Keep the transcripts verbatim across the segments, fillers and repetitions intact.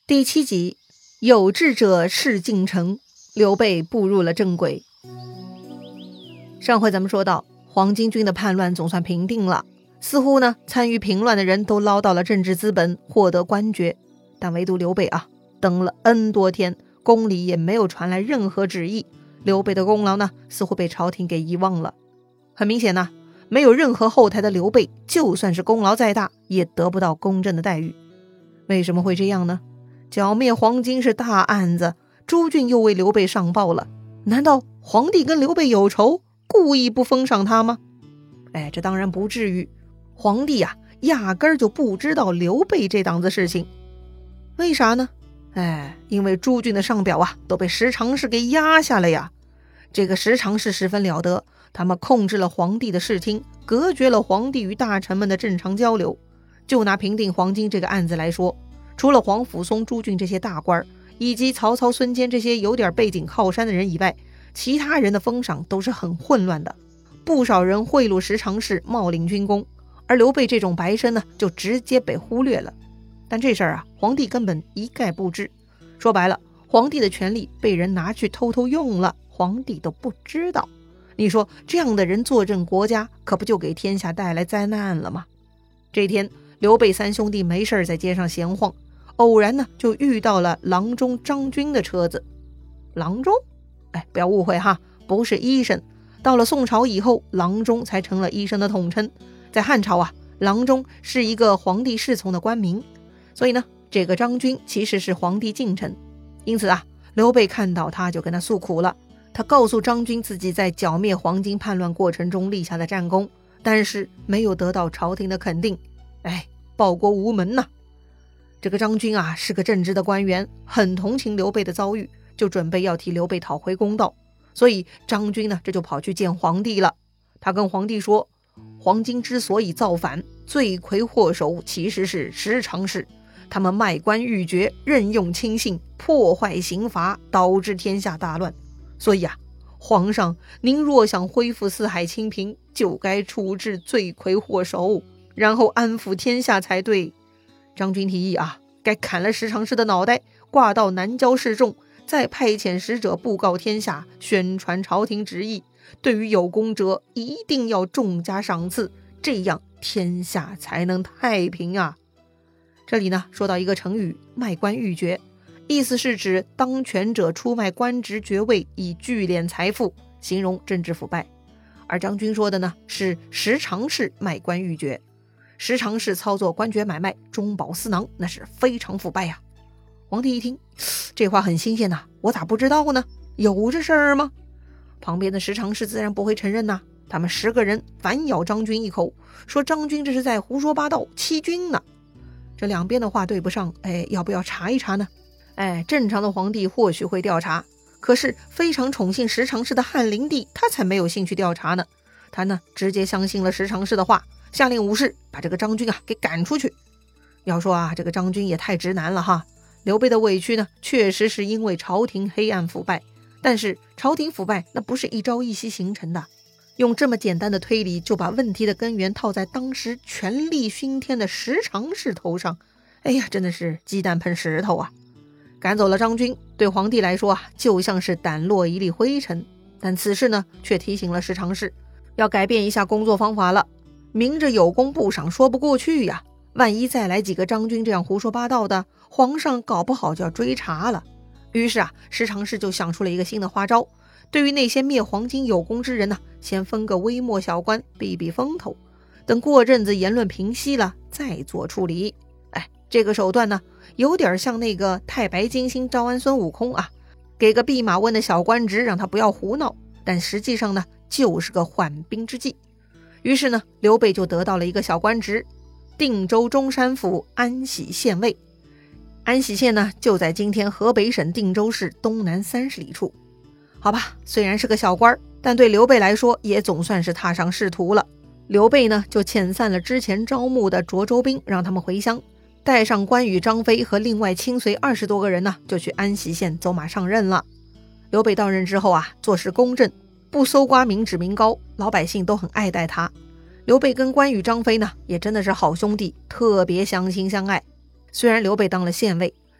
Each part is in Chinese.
第七集，有志者事竟成，刘备步入了正轨。上回咱们说到，黄巾军的叛乱总算平定了，似乎呢参与平乱的人都捞到了政治资本，获得官爵，但唯独刘备啊，等了 N 多天，宫里也没有传来任何旨意，刘备的功劳呢似乎被朝廷给遗忘了。很明显呢，没有任何后台的刘备，就算是功劳再大，也得不到公正的待遇。为什么会这样呢？剿灭黄巾是大案子，朱俊又为刘备上报了，难道皇帝跟刘备有仇，故意不封赏他吗？哎，这当然不至于，皇帝啊，压根儿就不知道刘备这档子事情。为啥呢？哎，因为朱俊的上表啊，都被十常侍给压下了呀。这个十常侍十分了得，他们控制了皇帝的视听，隔绝了皇帝与大臣们的正常交流。就拿平定黄巾这个案子来说，除了黄甫松、朱俊这些大官，以及曹操、孙坚这些有点背景靠山的人以外，其他人的封赏都是很混乱的。不少人贿赂十常侍，冒领军功，而刘备这种白身呢，就直接被忽略了。但这事儿啊，皇帝根本一概不知。说白了，皇帝的权力被人拿去偷偷用了，皇帝都不知道。你说这样的人坐镇国家，可不就给天下带来灾难了吗？这天，刘备三兄弟没事在街上闲晃，偶然呢就遇到了郎中张军的车子。郎中？哎，不要误会哈，不是医生。到了宋朝以后，郎中才成了医生的统称。在汉朝啊，郎中是一个皇帝侍从的官名，所以呢，这个张军其实是皇帝近臣。因此啊，刘备看到他就跟他诉苦了。他告诉张军自己在剿灭黄巾叛乱过程中立下的战功，但是没有得到朝廷的肯定，哎，报国无门呐。这个张军啊是个正直的官员，很同情刘备的遭遇，就准备要替刘备讨回公道。所以张军呢这就跑去见皇帝了。他跟皇帝说，黄巾之所以造反，罪魁祸首其实是十常侍，他们卖官鬻爵，任用亲信，破坏刑罚，导致天下大乱。所以啊，皇上您若想恢复四海清平，就该处置罪魁祸首，然后安抚天下才对。张军提议啊，该砍了十常侍的脑袋，挂到南郊示众，再派遣使者布告天下，宣传朝廷旨意，对于有功者一定要重加赏赐，这样天下才能太平啊。这里呢说到一个成语，卖官鬻爵，意思是指当权者出卖官职爵位以聚敛财富，形容政治腐败。而张军说的呢是十常侍卖官鬻爵，十常侍操作官爵买卖，中饱私囊，那是非常腐败呀。皇帝一听，这话很新鲜呐，我咋不知道呢？有这事儿吗？旁边的十常侍自然不会承认呐，他们十个人反咬张军一口，说张军这是在胡说八道，欺君呢。这两边的话对不上，哎，要不要查一查呢？哎，正常的皇帝或许会调查，可是非常宠信十常侍的汉灵帝，他才没有兴趣调查呢。他呢直接相信了十常侍的话，下令武士把这个张军啊给赶出去。要说啊，这个张军也太直男了哈。刘备的委屈呢，确实是因为朝廷黑暗腐败，但是朝廷腐败那不是一朝一夕形成的，用这么简单的推理就把问题的根源套在当时权力熏天的十常侍头上，哎呀，真的是鸡蛋碰石头啊。赶走了张军，对皇帝来说啊，就像是掸落一粒灰尘，但此事呢，却提醒了十常侍要改变一下工作方法了。明着有功不赏说不过去呀，万一再来几个张军这样胡说八道的，皇上搞不好就要追查了。于是啊，十常侍就想出了一个新的花招，对于那些灭黄巾有功之人呢，先分个微末小官，避避风头，等过阵子言论平息了再做处理。哎，这个手段呢，有点像那个太白金星招安孙悟空啊，给个弼马温的小官职让他不要胡闹，但实际上呢就是个缓兵之计。于是呢，刘备就得到了一个小官职，定州中山府安喜县尉。安喜县呢就在今天河北省定州市东南三十里处。好吧，虽然是个小官，但对刘备来说也总算是踏上仕途了。刘备呢就遣散了之前招募的涿州兵，让他们回乡，带上关羽、张飞和另外亲随二十多个人呢，就去安喜县走马上任了。刘备到任之后啊，做事公正，不搜刮民脂民膏，老百姓都很爱戴他。刘备跟关羽、张飞呢也真的是好兄弟，特别相亲相爱。虽然刘备当了县尉，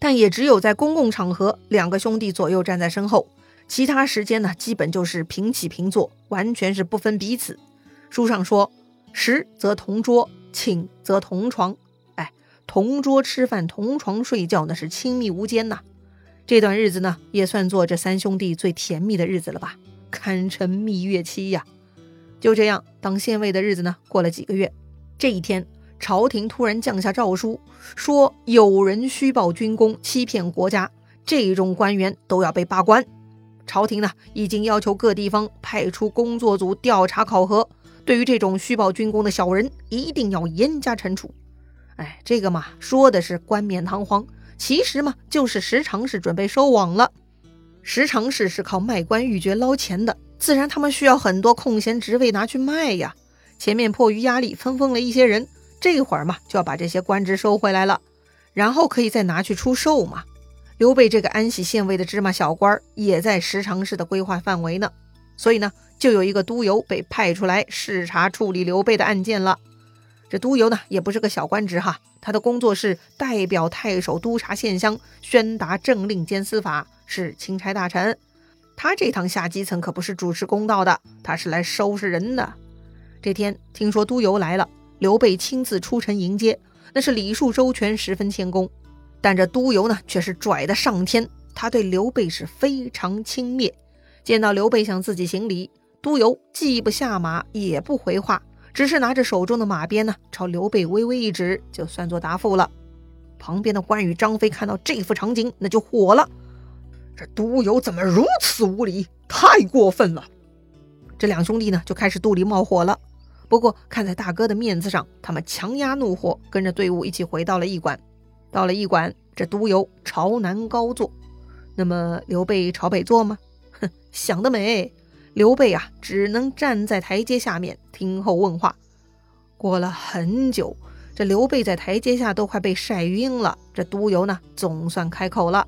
但也只有在公共场合，两个兄弟左右站在身后，其他时间呢，基本就是平起平坐，完全是不分彼此。书上说，食则同桌，寝则同床。哎，同桌吃饭，同床睡觉，那是亲密无间呐。这段日子呢，也算作这三兄弟最甜蜜的日子了吧，堪称蜜月期呀。就这样，当县尉的日子呢，过了几个月。这一天，朝廷突然降下诏书，说有人虚报军功，欺骗国家，这种官员都要被罢官。朝廷呢，已经要求各地方派出工作组调查考核，对于这种虚报军功的小人，一定要严加惩处。哎，这个嘛，说的是冠冕堂皇，其实嘛，就是十常侍准备收网了。十常侍是靠卖官鬻爵捞钱的，自然他们需要很多空闲职位拿去卖呀。前面迫于压力分封了一些人，这会儿嘛，就要把这些官职收回来了，然后可以再拿去出售嘛。刘备这个安喜县尉的芝麻小官也在十常侍的规划范围呢，所以呢，就有一个督邮被派出来视察处理刘备的案件了。这督邮呢，也不是个小官职哈，他的工作是代表太守督察县乡，宣达政令兼司法，是钦差大臣。他这趟下基层可不是主持公道的，他是来收拾人的。这天听说督邮来了，刘备亲自出城迎接，那是礼数周全，十分谦恭。但这督邮呢，却是拽得上天，他对刘备是非常轻蔑。见到刘备向自己行礼，督邮既不下马，也不回话，只是拿着手中的马鞭呢，朝刘备微微一指，就算作答复了。旁边的关羽、张飞看到这幅场景，那就火了。这督邮怎么如此无礼，太过分了！这两兄弟呢，就开始肚里冒火了。不过看在大哥的面子上，他们强压怒火，跟着队伍一起回到了驿馆。到了驿馆，这督邮朝南高坐。那么刘备朝北坐吗？哼，想得美！刘备啊，只能站在台阶下面听候问话。过了很久，这刘备在台阶下都快被晒晕了。这督邮呢，总算开口了：“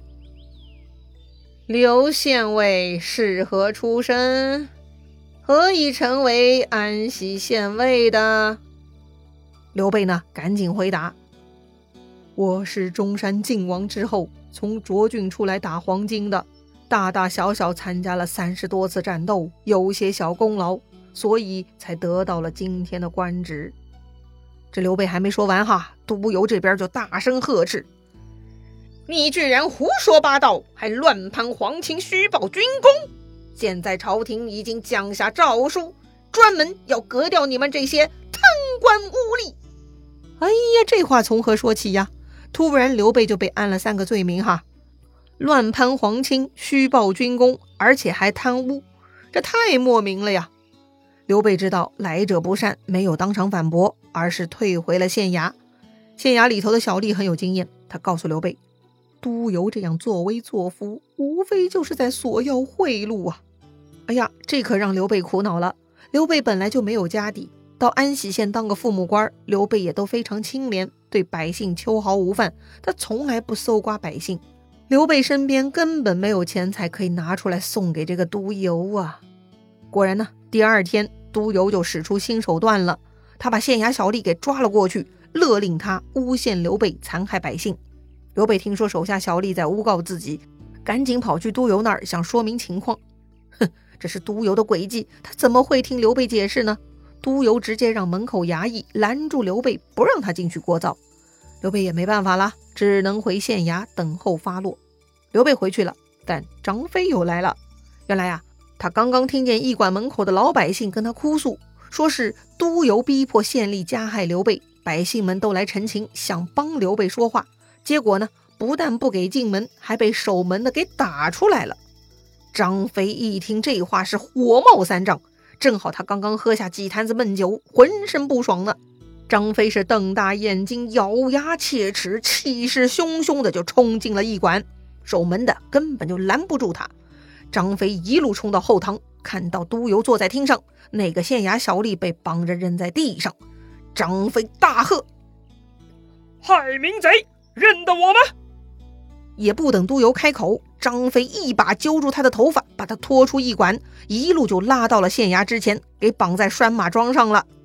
刘县尉是何出身？何以成为安喜县尉的？”刘备呢，赶紧回答：“我是中山靖王之后，从涿郡出来打黄巾的，大大小小参加了三十多次战斗，有些小功劳，所以才得到了今天的官职。”这刘备还没说完哈，督邮这边就大声呵斥：“你居然胡说八道，还乱攀皇亲，虚报军功！现在朝廷已经降下诏书，专门要革掉你们这些贪官污吏。”哎呀，这话从何说起呀？突然刘备就被按了三个罪名哈，乱攀皇亲，虚报军功，而且还贪污，这太莫名了呀。刘备知道来者不善，没有当场反驳，而是退回了县衙。县衙里头的小吏很有经验，他告诉刘备，督邮这样作威作福，无非就是在索要贿赂啊。哎呀，这可让刘备苦恼了。刘备本来就没有家底，到安喜县当个父母官，刘备也都非常清廉，对百姓秋毫无犯，他从来不搜刮百姓。刘备身边根本没有钱财可以拿出来送给这个督邮啊。果然呢，第二天督邮就使出新手段了，他把县衙小吏给抓了过去，勒令他诬陷刘备残害百姓。刘备听说手下小吏在诬告自己，赶紧跑去督邮那儿想说明情况。哼，这是督邮的诡计，他怎么会听刘备解释呢？督邮直接让门口衙役拦住刘备，不让他进去聒噪。刘备也没办法了，只能回县衙等候发落。刘备回去了，但张飞又来了。原来啊，他刚刚听见驿馆门口的老百姓跟他哭诉，说是督邮逼迫县吏加害刘备，百姓们都来陈情，想帮刘备说话。结果呢，不但不给进门，还被守门的给打出来了。张飞一听这话是火冒三丈，正好他刚刚喝下几坛子闷酒，浑身不爽呢。张飞是瞪大眼睛，咬牙切齿，气势汹汹的就冲进了驿馆，守门的根本就拦不住他。张飞一路冲到后堂，看到督邮坐在厅上，那个县衙小吏被绑着扔在地上。张飞大喝：“ 害民贼，认得我吗？” 也不等督邮开口，张飞一把揪住他的头发，把他拖出驿馆，一路就拉到了县衙之前，给绑在拴马桩上了。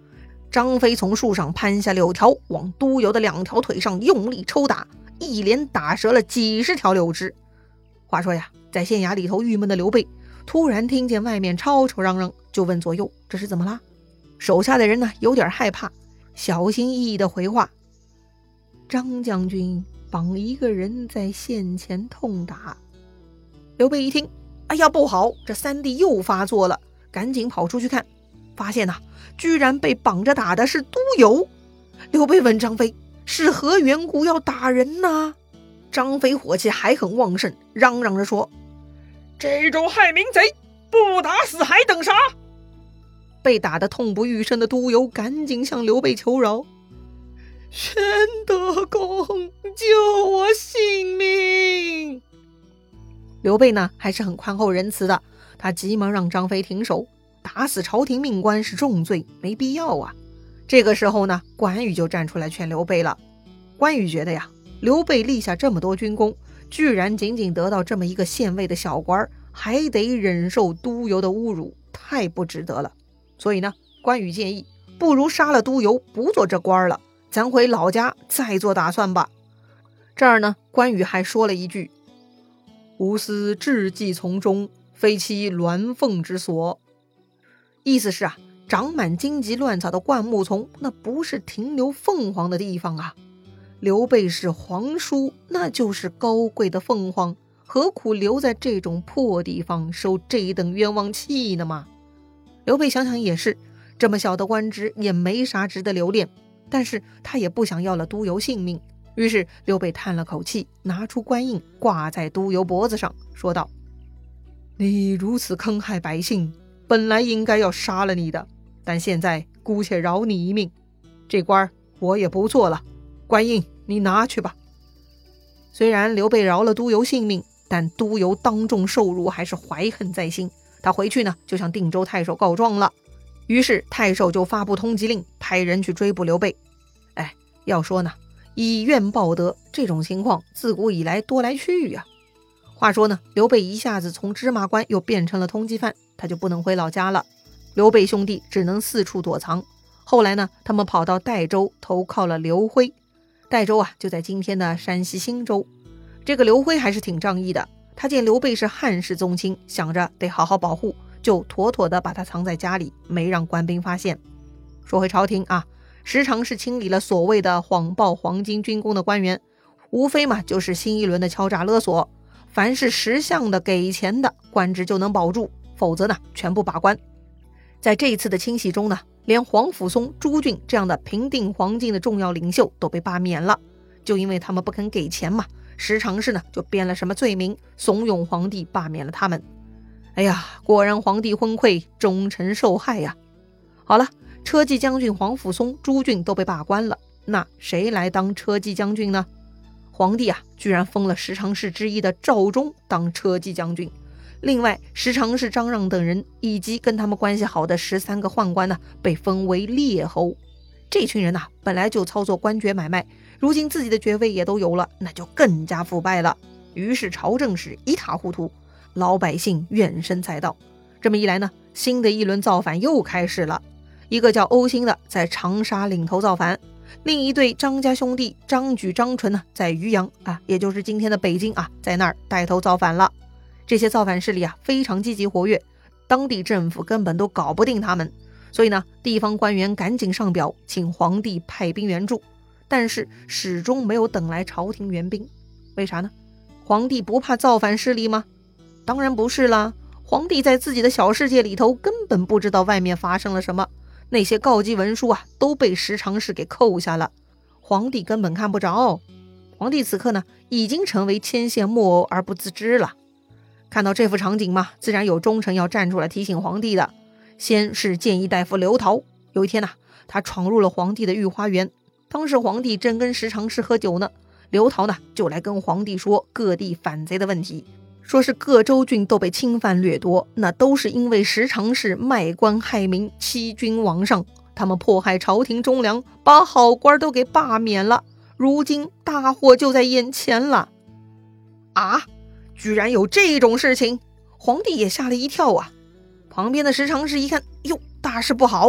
张飞从树上攀下柳条，往督邮的两条腿上用力抽打，一连打折了几十条柳枝。话说呀，在县衙里头郁闷的刘备突然听见外面吵吵嚷嚷，就问左右这是怎么啦？手下的人呢有点害怕，小心翼翼地回话：张将军绑一个人在县前痛打。刘备一听，哎呀不好，这三弟又发作了，赶紧跑出去看，发现呐、啊，居然被绑着打的是督邮。刘备问张飞，是何缘故要打人呢？张飞火气还很旺盛，嚷嚷着说： 这种害民贼，不打死还等啥？ 被打得痛不欲生的督邮赶紧向刘备求饶：宣德公，救我性命！刘备呢还是很宽厚仁慈的，他急忙让张飞停手，打死朝廷命官是重罪，没必要啊。这个时候呢，关羽就站出来劝刘备了。关羽觉得呀，刘备立下这么多军功，居然仅仅得到这么一个县尉的小官，还得忍受督邮的侮辱，太不值得了。所以呢，关羽建议，不如杀了督邮，不做这官了，咱回老家再做打算吧。这儿呢，关羽还说了一句：吾思志计从中，非其鸾凤之所。意思是啊，长满荆棘乱草的灌木丛，那不是停留凤凰的地方啊。刘备是皇叔，那就是高贵的凤凰，何苦留在这种破地方受这等冤枉气呢嘛？刘备想想也是，这么小的官职也没啥值得留恋，但是他也不想要了督邮性命。于是刘备叹了口气，拿出官印挂在督邮脖子上，说道：你如此坑害百姓，本来应该要杀了你的，但现在姑且饶你一命，这官我也不做了，官印你拿去吧。虽然刘备饶了督邮性命，但督邮当众受辱，还是怀恨在心。他回去呢，就向定州太守告状了。于是太守就发布通缉令，派人去追捕刘备。哎，要说呢，以怨报德这种情况自古以来多来去呀、啊。话说呢，刘备一下子从芝麻官又变成了通缉犯，他就不能回老家了。刘备兄弟只能四处躲藏。后来呢，他们跑到代州投靠了刘辉。代州啊，就在今天的山西忻州。这个刘辉还是挺仗义的，他见刘备是汉室宗亲，想着得好好保护，就妥妥的把他藏在家里，没让官兵发现。说回朝廷啊，时常是清理了所谓的谎报黄巾军功的官员，无非嘛就是新一轮的敲诈勒索。凡是识相的给钱的，官职就能保住，否则呢全部罢官。在这一次的清洗中呢，连黄甫松、朱俊这样的平定黄巾的重要领袖都被罢免了，就因为他们不肯给钱嘛，时常是呢就编了什么罪名，怂恿皇帝罢免了他们。哎呀，果然皇帝昏聩，忠臣受害呀。好了，车骑将军黄甫松、朱俊都被罢官了，那谁来当车骑将军呢？皇帝啊，居然封了十常侍之一的赵忠当车骑将军。另外，十常侍张让等人以及跟他们关系好的十三个宦官呢，被封为列侯。这群人呐、啊，本来就操作官爵买卖，如今自己的爵位也都有了，那就更加腐败了。于是朝政是一塌糊涂，老百姓怨声载道。这么一来呢，新的一轮造反又开始了。一个叫欧兴的在长沙领头造反，另一对张家兄弟张举、张纯呢，在渔阳啊，也就是今天的北京啊，在那儿带头造反了。这些造反势力啊，非常积极活跃，当地政府根本都搞不定他们，所以呢，地方官员赶紧上表，请皇帝派兵援助，但是始终没有等来朝廷援兵。为啥呢？皇帝不怕造反势力吗？当然不是啦，皇帝在自己的小世界里头根本不知道外面发生了什么，那些告急文书啊，都被十常侍给扣下了，皇帝根本看不着。皇帝此刻呢，已经成为牵线木偶而不自知了。看到这幅场景嘛，自然有忠臣要站出来提醒皇帝的。先是谏议大夫刘陶，有一天呐、啊，他闯入了皇帝的御花园，当时皇帝正跟十常侍喝酒呢，刘陶呢就来跟皇帝说各地反贼的问题，说是各州郡都被侵犯掠夺，那都是因为十常侍卖官害民，欺君罔上，他们迫害朝廷忠良，把好官都给罢免了，如今大祸就在眼前了。啊，居然有这种事情，皇帝也吓了一跳啊。旁边的十常侍一看，哟，大事不好，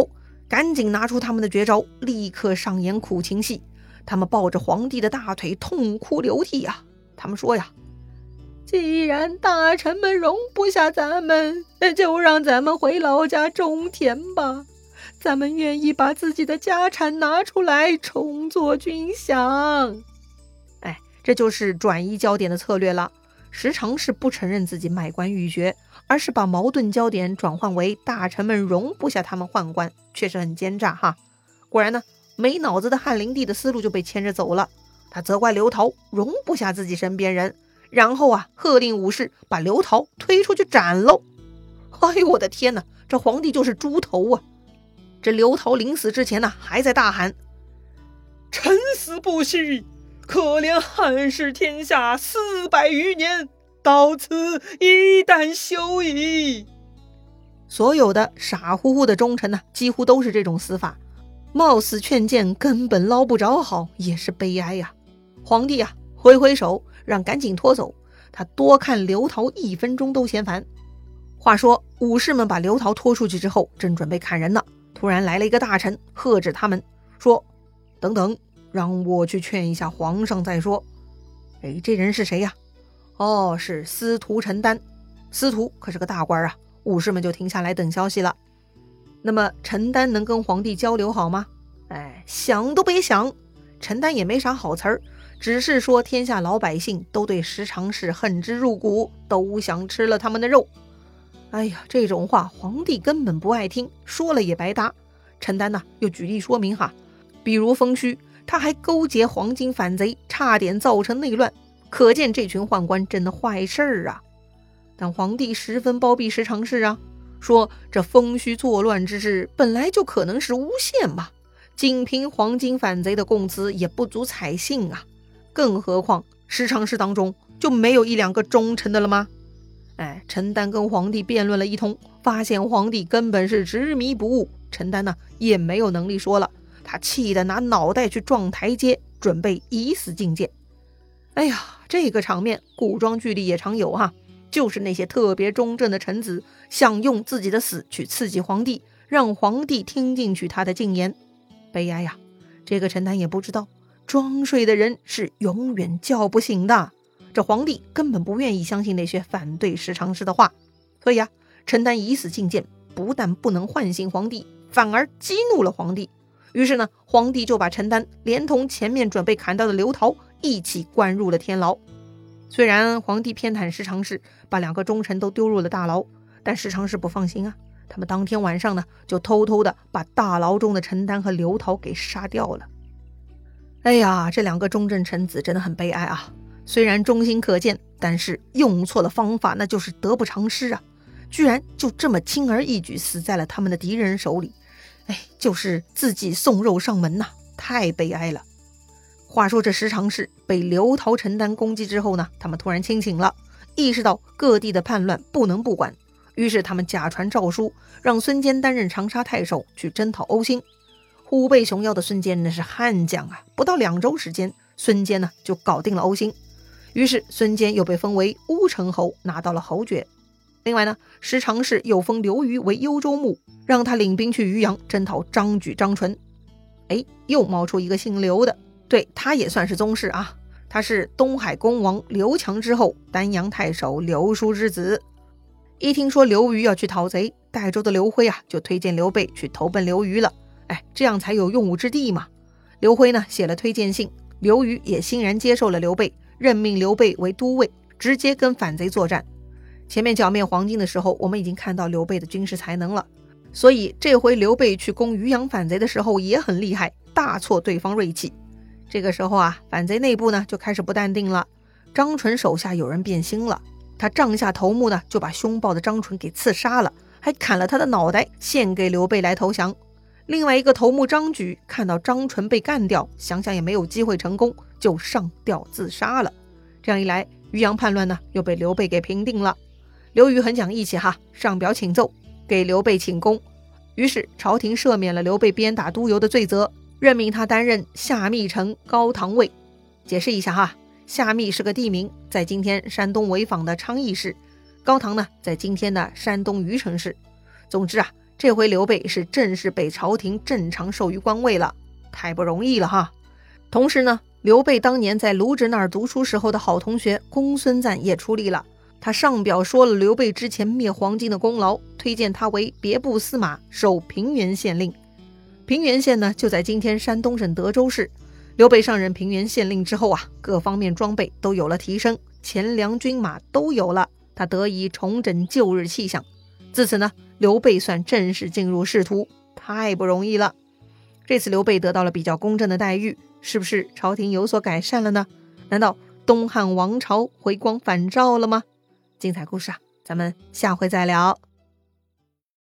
赶紧拿出他们的绝招，立刻上演苦情戏。他们抱着皇帝的大腿痛哭流涕呀、啊。他们说呀，既然大臣们容不下咱们，就让咱们回老家种田吧，咱们愿意把自己的家产拿出来重做军饷。哎，这就是转移焦点的策略了。时常是不承认自己卖官鬻爵，而是把矛盾焦点转换为大臣们容不下他们宦官，确实很奸诈哈。果然呢，没脑子的汉灵帝的思路就被牵着走了。他责怪刘陶容不下自己身边人，然后啊，喝令武士把刘陶推出去斩喽。哎呦我的天哪，这皇帝就是猪头啊！这刘陶临死之前呢，还在大喊： 臣死不息，可怜汉室天下四百余年，到此一旦休矣。 所有的傻乎乎的忠臣呢，几乎都是这种死法，冒死劝谏，根本捞不着好，也是悲哀呀、啊。皇帝啊，挥挥手让赶紧拖走，他多看刘陶一分钟都嫌烦。话说武士们把刘陶拖出去之后，正准备砍人呢，突然来了一个大臣，喝止他们说：等等，让我去劝一下皇上再说。哎，这人是谁呀、啊？哦，是司徒陈丹。司徒可是个大官啊，武士们就停下来等消息了。那么陈丹能跟皇帝交流好吗？哎，想都别想。陈丹也没啥好词儿，只是说天下老百姓都对十常侍恨之入骨，都想吃了他们的肉。哎呀，这种话皇帝根本不爱听，说了也白搭。陈丹呢，又举例说明哈，比如封谞，他还勾结黄巾反贼，差点造成内乱，可见这群宦官真的坏事儿啊。但皇帝十分包庇十常侍啊，说这封谞作乱之事本来就可能是诬陷嘛，仅凭黄巾反贼的供词也不足采信啊，更何况十常侍当中就没有一两个忠臣的了吗？哎，陈丹跟皇帝辩论了一通，发现皇帝根本是执迷不悟，陈丹呢也没有能力说了，他气得拿脑袋去撞台阶，准备以死进谏。哎呀，这个场面古装剧里也常有哈，就是那些特别忠正的臣子想用自己的死去刺激皇帝，让皇帝听进去他的进言。悲哀呀，这个陈丹也不知道，装睡的人是永远叫不醒的。这皇帝根本不愿意相信那些反对十常侍的话，所以啊，陈丹以死进谏，不但不能唤醒皇帝，反而激怒了皇帝。于是呢，皇帝就把陈丹连同前面准备砍掉的刘陶一起关入了天牢。虽然皇帝偏袒十常侍，把两个忠臣都丢入了大牢，但十常侍不放心啊，他们当天晚上呢，就偷偷的把大牢中的陈丹和刘陶给杀掉了。哎呀，这两个忠正臣子真的很悲哀啊！虽然忠心可见，但是用错了方法，那就是得不偿失啊！居然就这么轻而易举死在了他们的敌人手里，哎，就是自己送肉上门呐、啊，太悲哀了。话说这十常侍被刘陶、陈丹攻击之后呢，他们突然清醒了，意识到各地的叛乱不能不管，于是他们假传诏书，让孙坚担任长沙太守去征讨欧兴。虎背熊腰的孙坚那是悍将啊，不到两周时间，孙坚呢就搞定了欧兴。于是孙坚又被封为乌程侯，拿到了侯爵。另外呢，十常侍又封刘虞为幽州牧，让他领兵去渔阳征讨张举、张纯。哎，又冒出一个姓刘的，对，他也算是宗室啊，他是东海公王刘强之后，丹阳太守刘叔之子。一听说刘虞要去讨贼，代州的刘辉啊就推荐刘备去投奔刘虞了，哎，这样才有用武之地嘛。刘辉呢写了推荐信，刘虞也欣然接受了刘备，任命刘备为都尉，直接跟反贼作战。前面剿灭黄巾的时候，我们已经看到刘备的军事才能了，所以这回刘备去攻渔阳反贼的时候也很厉害，大挫对方锐气。这个时候啊，反贼内部呢就开始不淡定了。张纯手下有人变心了，他帐下头目呢就把凶暴的张纯给刺杀了，还砍了他的脑袋献给刘备来投降。另外一个头目张举看到张纯被干掉，想想也没有机会成功，就上吊自杀了。这样一来，渔阳叛乱呢又被刘备给平定了。刘虞很讲义气哈，上表请奏，给刘备请功。于是朝廷赦免了刘备鞭打督邮的罪责，任命他担任下密丞高唐尉。解释一下哈，下密是个地名，在今天山东潍坊的昌邑市，高唐呢在今天的山东虞城市。总之啊， 这回刘备是正式被朝廷正常授予官位了，太不容易了哈。同时呢，刘备当年在卢植那儿读书时候的好同学公孙瓒也出力了，他上表说了刘备之前灭黄巾的功劳，推荐他为别部司马，授平原县令。平原县呢就在今天山东省德州市。刘备上任平原县令之后啊，各方面装备都有了提升，钱粮军马都有了，他得以重整旧日气象。自此呢，刘备算正式进入仕途，太不容易了。这次刘备得到了比较公正的待遇，是不是朝廷有所改善了呢？难道东汉王朝回光返照了吗？精彩故事啊，咱们下回再聊。